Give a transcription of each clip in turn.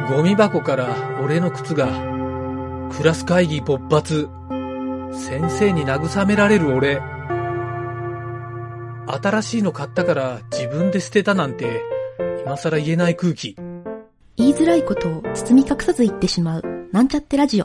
ゴミ箱から俺の靴が。クラス会議勃発。先生に慰められる俺。新しいの買ったから自分で捨てたなんて今更言えない空気。 言いづらいことを包み隠さず言ってしまうなんちゃってラジオ。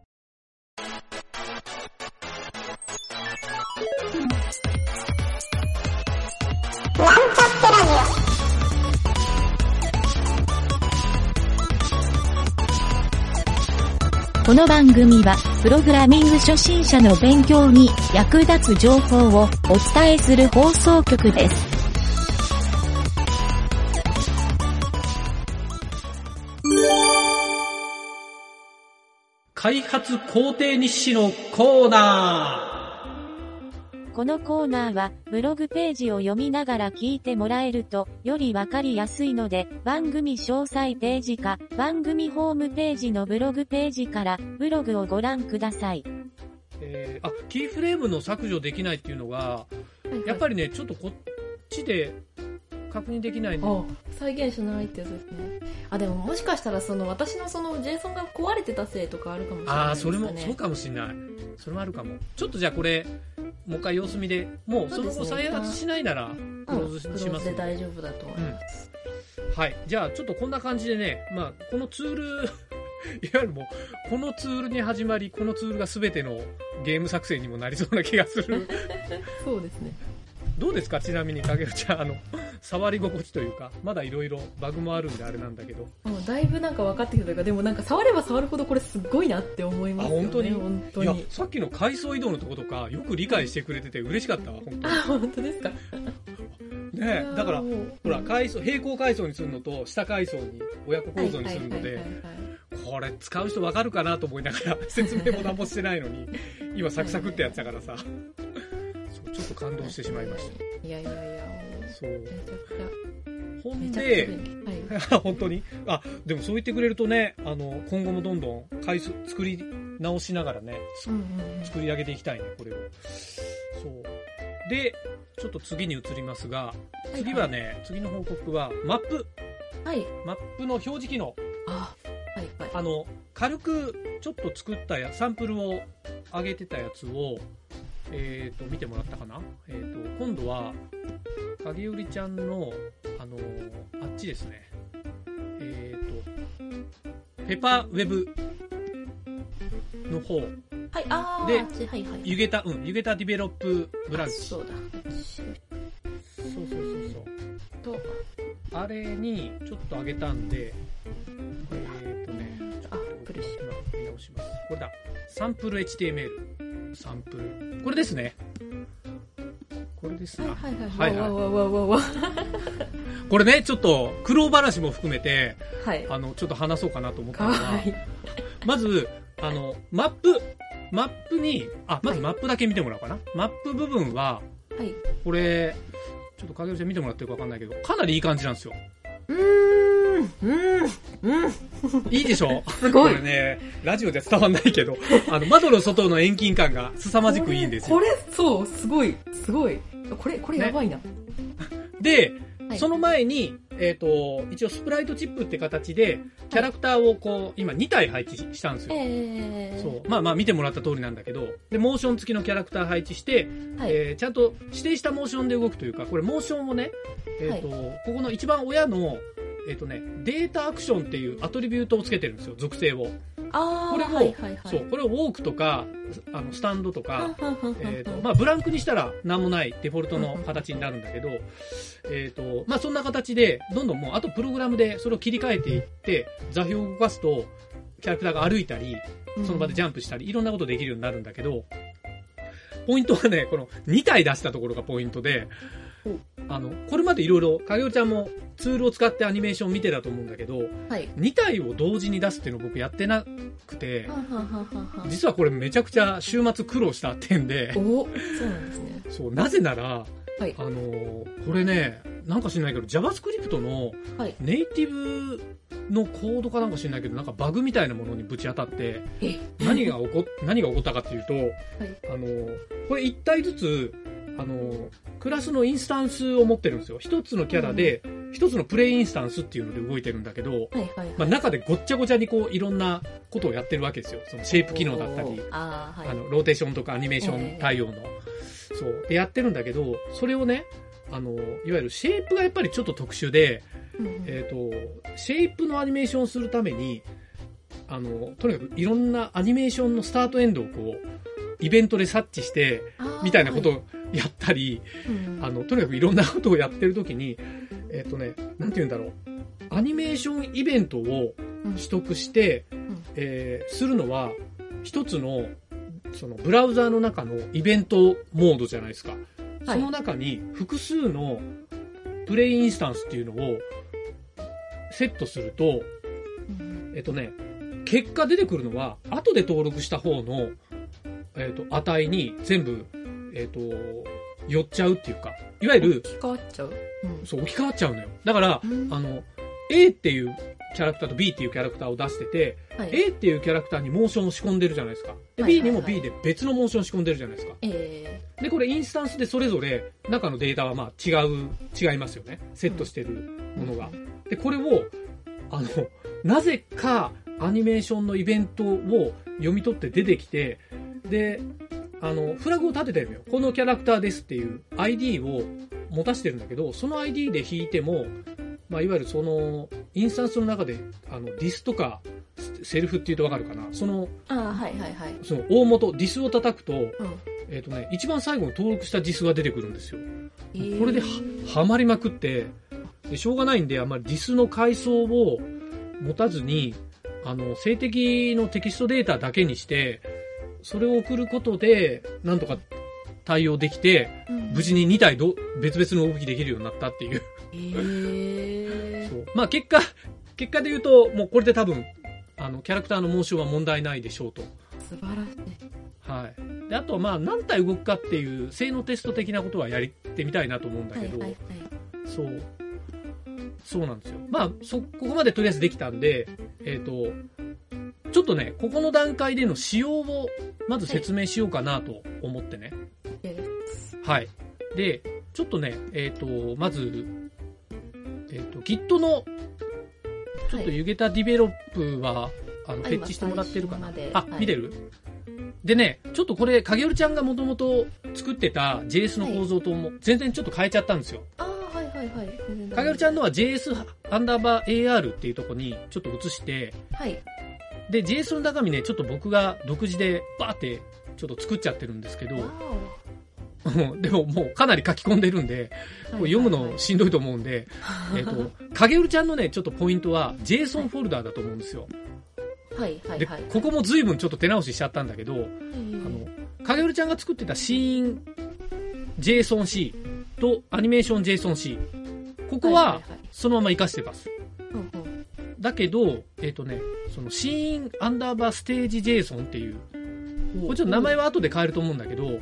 この番組はプログラミング初心者の勉強に役立つ情報をお伝えする放送局です。 開発工程日誌のコーナー。 このコーナーはブログページを読みながら聞いてもらえるとよりわかりやすいので、番組詳細ページか番組ホームページのブログページからブログをご覧ください。 キーフレームの削除できないっていうのが、やっぱりねちょっとこっちで確認できないんで。 再現しないってやつですね。でももしかしたら私のJSON が壊れてたせいとかあるかもしれないですね。 それもそうかもしれない。それもあるかも。ちょっとじゃあこれもう一回様子見で、もうその後再発しないならクローズしますので、 クローズで大丈夫だと思います、 はい。じゃあちょっとこんな感じでね、このツールいわゆるもうこのツールに始まり、このツールが全てのゲーム作成にもなりそうな気がするそうですね。 どうですか、ちなみに影ちゃん、触り心地というか、まだいろいろバグもあるんであれなんだけど、 だいぶなんか分かってきたというか、でもなんか触れば触るほどこれすごいなって思いますよね。本当に。いや、 さっきの階層移動のとことかよく理解してくれてて嬉しかったわ、本当に。 本当ですか。 ね、だからほら平行階層にするのと下階層に親子構造にするので、これ使う人分かるかなと思いながら説明も何もしてないのに今サクサクってやってたからさ、そうちょっと感動してしまいました。 いやそうめちゃくちゃほんで、本当にでもそう言ってくれるとね、今後もどんどん作り直しながらね、作り上げていきたいね、これを。そうでちょっと次に移りますが、次はね、次の報告はマップの表示機能。軽くちょっと作ったサンプルを上げてたやつを見てもらったかな。今度は影織ちゃんのあっちですね。ペパウェブの方で、湯桁ディベロップブランチ。そうとあれにちょっと上げたんで、見直します。これだ。サンプル HTML サンプル、これですね。これですな。これね、ちょっと苦労話も含めて、ちょっと話そうかなと思ったのが、まずマップにまずマップだけ見てもらおうかな。マップ部分は、これちょっと影織ちゃん見てもらってるか分かんないけど、かなりいい感じなんですよ。いいでしょ。すごい。これね、ラジオで伝わんないけど、窓の外の遠近感が凄まじくいいんですよ。 これそうすごい。これやばいな。 で、その前に一応スプライトチップって形でキャラクターをこう今2体配置したんですよ。そう見てもらった通りなんだけど、でモーション付きのキャラクター配置して、ちゃんと指定したモーションで動くというか、これモーションをね、ここの一番親のデータアクションっていうアトリビュートをつけてるんですよ、属性を。これを、これをウォークとかスタンドとか、ブランクにしたら何もないデフォルトの形になるんだけど、そんな形でどんどんもうあとプログラムでそれを切り替えていって、座標を動かすとキャラクターが歩いたりその場でジャンプしたりいろんなことできるようになるんだけど、ポイントはね、この2体出したところがポイントで、これまでいろいろ影織ちゃんもツールを使ってアニメーション見てたと思うんだけど、2体を同時に出すっていうのを僕やってなくて、実はこれめちゃくちゃ週末苦労した点で、そうなんですね。 そう、なぜなら、これね、なんか知んないけど JavaScript のネイティブのコードかなんか知んないけど、なんかバグみたいなものにぶち当たって、何が起こったかっていうと、これ1体ずつクラスのインスタンスを持ってるんですよ。一つのキャラで一つのプレイインスタンスっていうので動いてるんだけど、 はいはいはい、 まあ、中でごっちゃごちゃにこういろんなことをやってるわけですよ。そのシェイプ機能だったり、 はい、 ローテーションとかアニメーション対応の、そうでやってるんだけど、それをね、いわゆるシェイプがやっぱりちょっと特殊で、シェイプのアニメーションをするためにとにかくいろんなアニメーションのスタートエンドをこうイベントで察知してみたいなことをやったり、とにかくいろんなことをやってるときになんて言うんだろう、アニメーションイベントを取得して、するのは一つのそのブラウザーの中のイベントモードじゃないですか。その中に複数のプレイインスタンスっていうのをセットすると、結果出てくるのは後で登録した方の、値に全部、寄っちゃうっていうか、いわゆる置き換わっちゃう、 そう置き換わっちゃうのよ。だから、A っていうキャラクターと B っていうキャラクターを出してて、A っていうキャラクターにモーションを仕込んでるじゃないですか。で、B にも B で別のモーションを仕込んでるじゃないですか。で、これインスタンスでそれぞれ中のデータはまあ違いますよね。セットしてるものが。で、これを、なぜかアニメーションのイベントを読み取って出てきて、で、フラグを立ててるのよ。このキャラクターですっていう ID を持たせてるんだけど、その ID で引いても、まあ、いわゆるその、インスタンスの中で、ディスとか、セルフって言うとわかるかな。その、その大元、ディスを叩くと、一番最後に登録したディスが出てくるんですよ。これではまりまくって、でしょうがないんで、あんまりディスの階層を持たずに、静的のテキストデータだけにして、それを送ることで、なんとか対応できて、無事に2体別々の動きできるようになったっていう。そう。まあ結果で言うと、もうこれで多分、キャラクターのモーションは問題ないでしょうと。 素晴らしい。 はい。で、あとはまあ何体動くかっていう性能テスト的なことはやってみたいなと思うんだけど、そうなんですよ。まあ、ここまでとりあえずできたんで、ちょっとね、ここの段階での仕様をまず説明しようかなと思ってね。はい。で、ちょっとね、まず、Git の、ちょっと湯げたディベロップは、フェッチしてもらってるかな。見てる？でね、ちょっとこれ、影織ちゃんがもともと作ってた JS の構造とも、全然ちょっと変えちゃったんですよ。影織ちゃんのは JS_AR っていうところにちょっと移して、で、JS の中身ね、ちょっと僕が独自でバーってちょっと作っちゃってるんですけど、でももうかなり書き込んでるんで、読むのしんどいと思うんで、影織ちゃんのね、ちょっとポイントは JSON フォルダーだと思うんですよ。で、ここも随分ちょっと手直ししちゃったんだけど、影織ちゃんが作ってたシーン JSON-C とアニメーション JSON-C。ここはそのまま活かしてます。だけど、そのシーン_ステージ JSON っていう、これちょっと名前は後で変えると思うんだけど、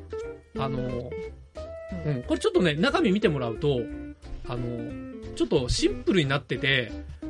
これちょっとね、中身見てもらうと、ちょっとシンプルになってて、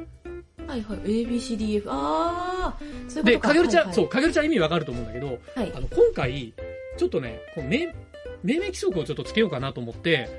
ABCDF、そういうことか。 で、影織ちゃん、影織ちゃん意味わかると思うんだけど、今回、ちょっとね、この命名規則をちょっとつけようかなと思って、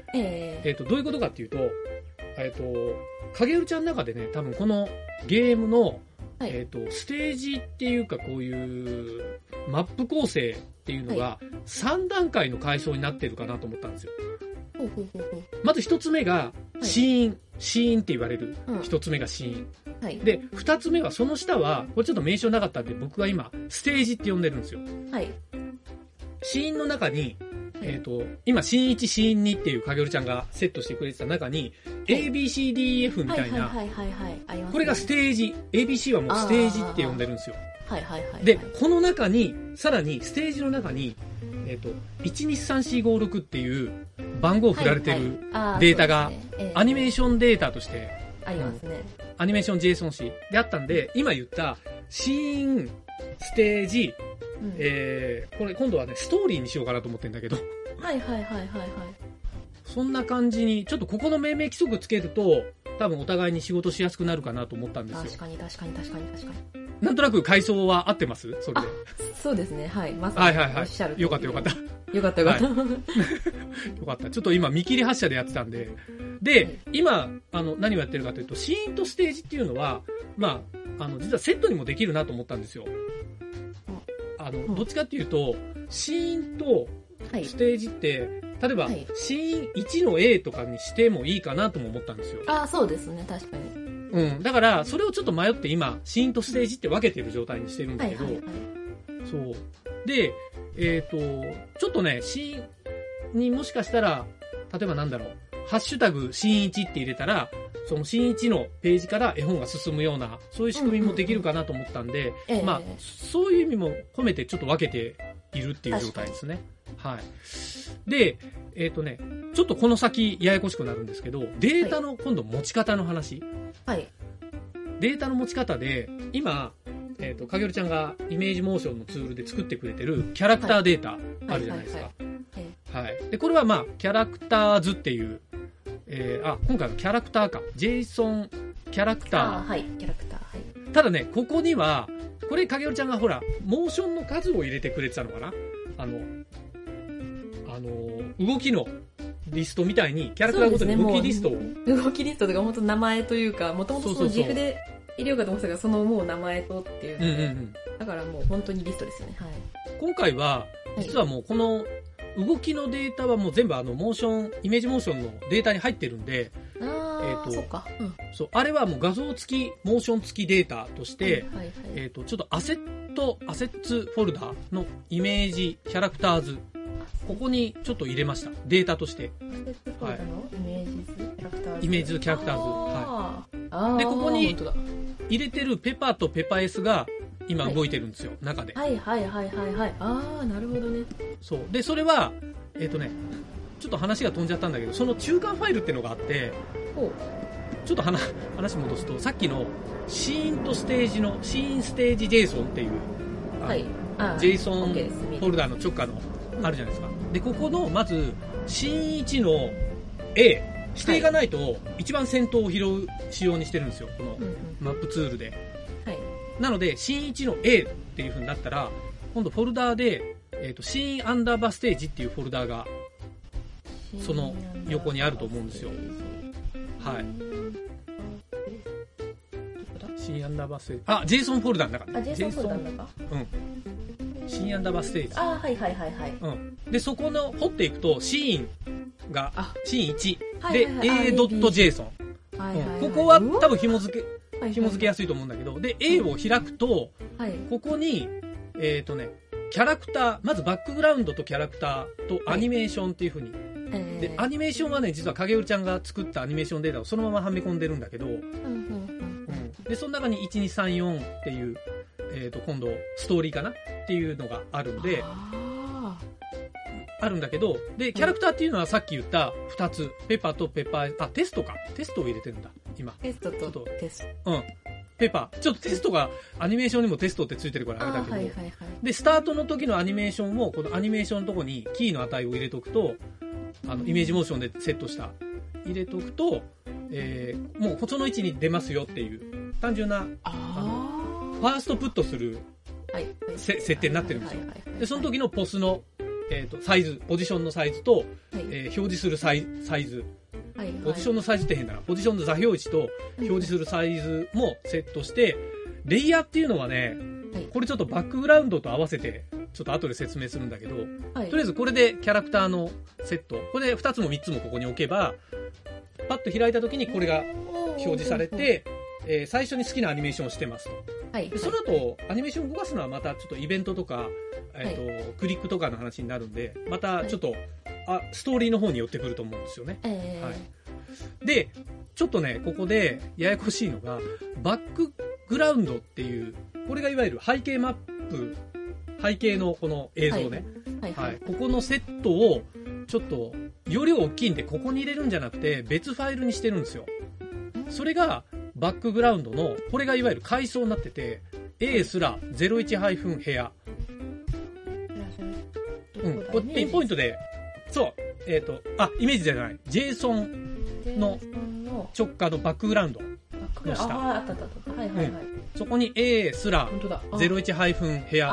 どういうことかっていうと、影織ちゃんの中でね、多分このゲームの、ステージっていうかこういうマップ構成っていうのが3段階の階層になってるかなと思ったんですよ。まず1つ目がシーンって言われる。1つ目がシーン。で、2つ目はその下は、これちょっと名称なかったんで僕が今、ステージって呼んでるんですよ。シーンの中に、今、シーン1、シーン2っていう影織ちゃんがセットしてくれてた中に、ABCDF みたいな、これがステージ、ABC はもうステージって呼んでるんですよ。で、この中に、さらに、ステージの中に、123456っていう番号振られてるデータが、アニメーションデータとして、アニメーション JSON-C であったんで、今言ったシーン、ステージ、これ今度はね、ストーリーにしようかなと思ってんだけど。そんな感じに、ちょっとここの命名規則つけると、多分お互いに仕事しやすくなるかなと思ったんですよ。 確かに。 なんとなく階層は合ってます？それで。 そうですね。まさにおっしゃる。 よかった。 よかった。 よかった。ちょっと今見切り発車でやってたんで。 で、今、何をやってるかというと、シーンとステージっていうのは、まあ、実はセットにもできるなと思ったんですよ。どっちかっていうと、シーンとステージって、例えば、シーン1の A とかにしてもいいかなとも思ったんですよ。 あ、そうですね、確かに。 うん。だから、それをちょっと迷って今、シーンとステージって分けてる状態にしてるんだけど、そう。で、ちょっとね、シーンにもしかしたら、例えばなんだろう、ハッシュタグシーン1って入れたら、そのシーン1のページから絵本が進むような、そういう仕組みもできるかなと思ったんで、まあ、そういう意味も込めてちょっと分けているっていう状態ですね。はい。で、ちょっとこの先ややこしくなるんですけど、データの今度持ち方の話。 はい。 データの持ち方で、今、かげるちゃんがイメージモーションのツールで作ってくれてるキャラクターデータあるじゃないですか。はい。で、これはまあ、キャラクターズっていう、今回はキャラクターか。JSON キャラクター。 はい、キャラクター。はい。 ただね、ここには、これ、かげるちゃんがほら、モーションの数を入れてくれてたのかな？動きのリストみたいに、キャラクターごとに動きリストを。 動きリストとか、本当名前というか、もともとその自負で入れようかと思ってたから、そのもう名前とっていう。だからもう本当にリストですよね。はい。 今回は、実はもうこの、動きのデータはもう全部モーション、イメージモーションのデータに入ってるんで、 そっか。 そう、あれはもう画像付き、モーション付きデータとして、ちょっとアセッツフォルダのイメージキャラクターズ、ここにちょっと入れました。データとして。 アセッツフォルダのイメージキャラクターズ。 イメージキャラクターズ。はい。で、ここに入れてるペパとペパ S が今動いてるんですよ、中で。 はい。なるほどね。 そう。で、それは、ちょっと話が飛んじゃったんだけど、その中間ファイルっていうのがあって、ちょっと話戻すと、さっきのシーンとステージの、シーンステージ JSON っていう、JSON フォルダの直下の、あるじゃないですか。で、ここの、まず、シーン1の A、指定がないと、一番先頭を拾う仕様にしてるんですよ、このマップツールで。なので、シーン1の A っていう風になったら、今度フォルダーで、シーンアンダーバーステージっていうフォルダーが、その横にあると思うんですよ。はい。シーンアンダーバーステージ。JSON フォルダーの中で。 JSON フォルダーの中？ うん。シーンアンダーバーステージ。 はい。 うん。で、そこの、掘っていくと、シーンが、シーン1。で、A.json。ここは多分紐付けやすいと思うんだけど、で、A を開くと、ここに、キャラクター、まずバックグラウンドとキャラクターとアニメーションっていう風に。で、アニメーションはね、実は影織ちゃんが作ったアニメーションデータをそのままはめ込んでるんだけど、で、その中に1234っていう、今度、ストーリーかなっていうのがあるんで、あるんだけど、で、キャラクターっていうのはさっき言った2つ、ペパとペパ、テストか。テストを入れてるんだ、今。 テストとテスト。うん。ペパ。ちょっとテストが、アニメーションにもテストってついてるからあれだけど、で、スタートの時のアニメーションを、このアニメーションのとこにキーの値を入れとくと、イメージモーションでセットした、入れとくと、もうその位置に出ますよっていう、単純な、ファーストプットする、設定になってるんですよ。で、その時のポスの、サイズ、ポジションのサイズと、表示するサイズ、ポジションのサイズって変だな。ポジションの座標位置と表示するサイズもセットして、レイヤーっていうのはね、これちょっとバックグラウンドと合わせて、ちょっと後で説明するんだけど、とりあえずこれでキャラクターのセット、これで2つも3つもここに置けば、パッと開いた時にこれが表示されて、最初に好きなアニメーションをしてますと。でその後、アニメーションを動かすのはまたちょっとイベントとか、クリックとかの話になるんで、またちょっと、ストーリーの方に寄ってくると思うんですよね。で、ちょっとね、ここでややこしいのが、バックグラウンドっていう、これがいわゆる背景マップ、背景のこの映像ね。ここのセットを、ちょっと、容量大きいんで、ここに入れるんじゃなくて、別ファイルにしてるんですよ。それが、バックグラウンドの、これがいわゆる階層になってて、A すら01-部屋。これピンポイントで、そう、イメージじゃない。JSON の直下のバックグラウンドの下。そこに A すら01-部屋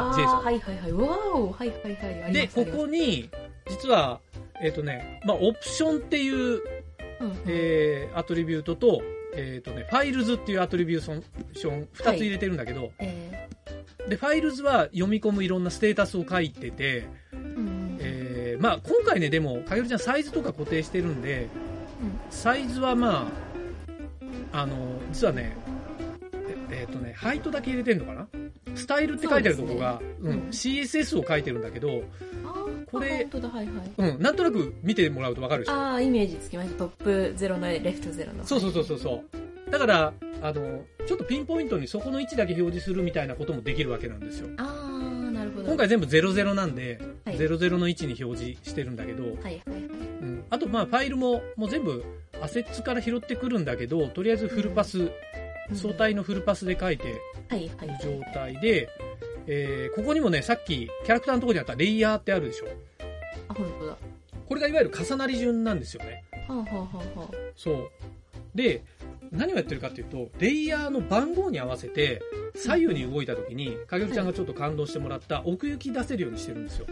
JSON。で、ここに、実は、オプションっていう、 アトリビュートと、ファイルズっていうアトリビューション2つ入れてるんだけど、で、ファイルズは読み込むいろんなステータスを書いてて、まあ今回ね、でも、かげるちゃんサイズとか固定してるんで、サイズはまあ、実はね、ハイトだけ入れてるのかな、スタイルって書いてあるところが、CSS を書いてるんだけど、これ、なんとなく見てもらうと分かるでしょ。 ああ、イメージつきました。トップ0のレフト0の。 そう。だから、ちょっとピンポイントにそこの位置だけ表示するみたいなこともできるわけなんですよ。 ああ、なるほど。 今回全部00なんで、00の位置に表示してるんだけど、あとまあファイルもう全部アセッツから拾ってくるんだけど、とりあえずフルパス、相対のフルパスで書いてる状態で、ここにもね、さっきキャラクターのところにあったレイヤーってあるでしょ。 あ、本当だ。 これがいわゆる重なり順なんですよね。そう。で、何をやってるかっていうと、レイヤーの番号に合わせて左右に動いた時に、かげるちゃんがちょっと感動してもらった奥行き出せるようにしてるんですよ。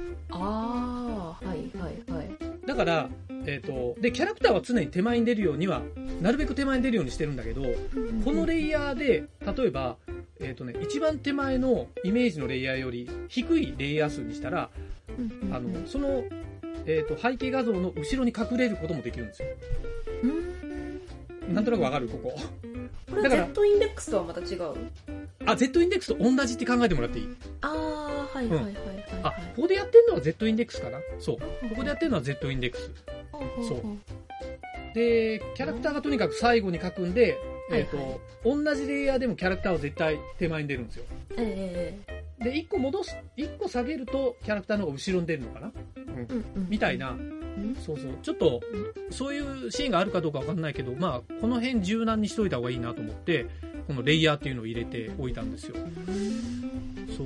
だから、で、キャラクターは常に手前に出るようには、なるべく手前に出るようにしてるんだけど、このレイヤーで、例えば、一番手前のイメージのレイヤーより低いレイヤー数にしたら、その、背景画像の後ろに隠れることもできるんですよ。なんとなくわかるここ。 これは Z インデックスとはまた違う？ あ、Z インデックスと同じって考えてもらっていい？ あ、 ここでやってるのは Z インデックスかな？そう。ここでやってるのは Z インデックス。そう。で、キャラクターがとにかく最後に書くんで、同じレイヤーでもキャラクターは絶対手前に出るんですよ。で、1個下げるとキャラクターの方が後ろに出るのかな？みたいな。そう。ちょっと、そういうシーンがあるかどうかわかんないけど、まあ、この辺柔軟にしといた方がいいなと思って、このレイヤーっていうのを入れておいたんですよ。そう。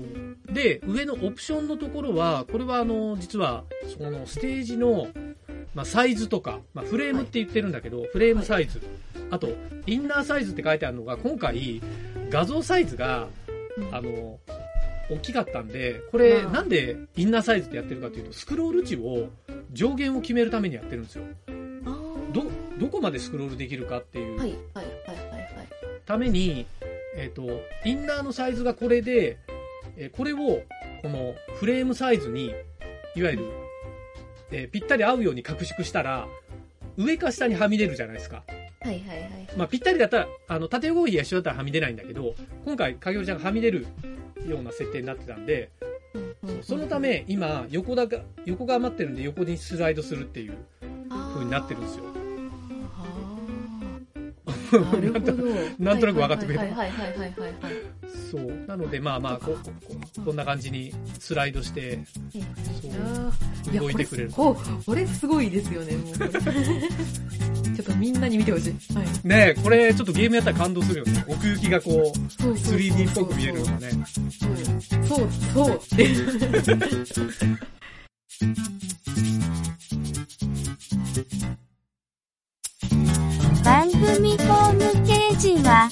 で、上のオプションのところは、これは実は、そのステージの、まあ、サイズとか、まあ、フレームって言ってるんだけど、フレームサイズ。あと、インナーサイズって書いてあるのが、今回、画像サイズが、大きかったんで、これ、なんでインナーサイズってやってるかというと、スクロール値を、上限を決めるためにやってるんですよ。どこまでスクロールできるかっていうために、インナーのサイズがこれで、これをこのフレームサイズにいわゆる、ぴったり合うように拡縮したら上か下にはみ出るじゃないですか。まあぴったりだったら縦横比が一緒だったらはみ出ないんだけど、今回かげるちゃんがはみ出るような設定になってたんで、そのため今横が余ってるんで横にスライドするっていう風になってるんですよ。 なるほど。 なんとなく分かってくれた。そう。なのでまあこんな感じにスライドして、そう動いてくれる。 これすごいですよね。もうちょっとみんなに見てほしい。 ねえ、これちょっとゲームやったら感動するよね。奥行きがこう 3D っぽく見えるのがね。 そうって。 番組ホームページは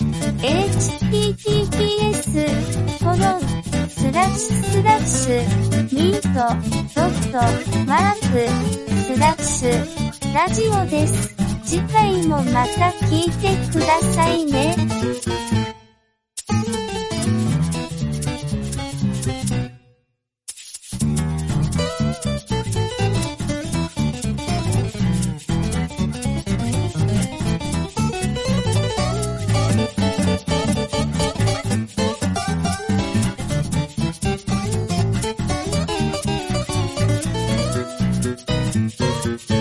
https://mint.mark/ラジオです。次回もまた聞いてくださいね。 Thank you.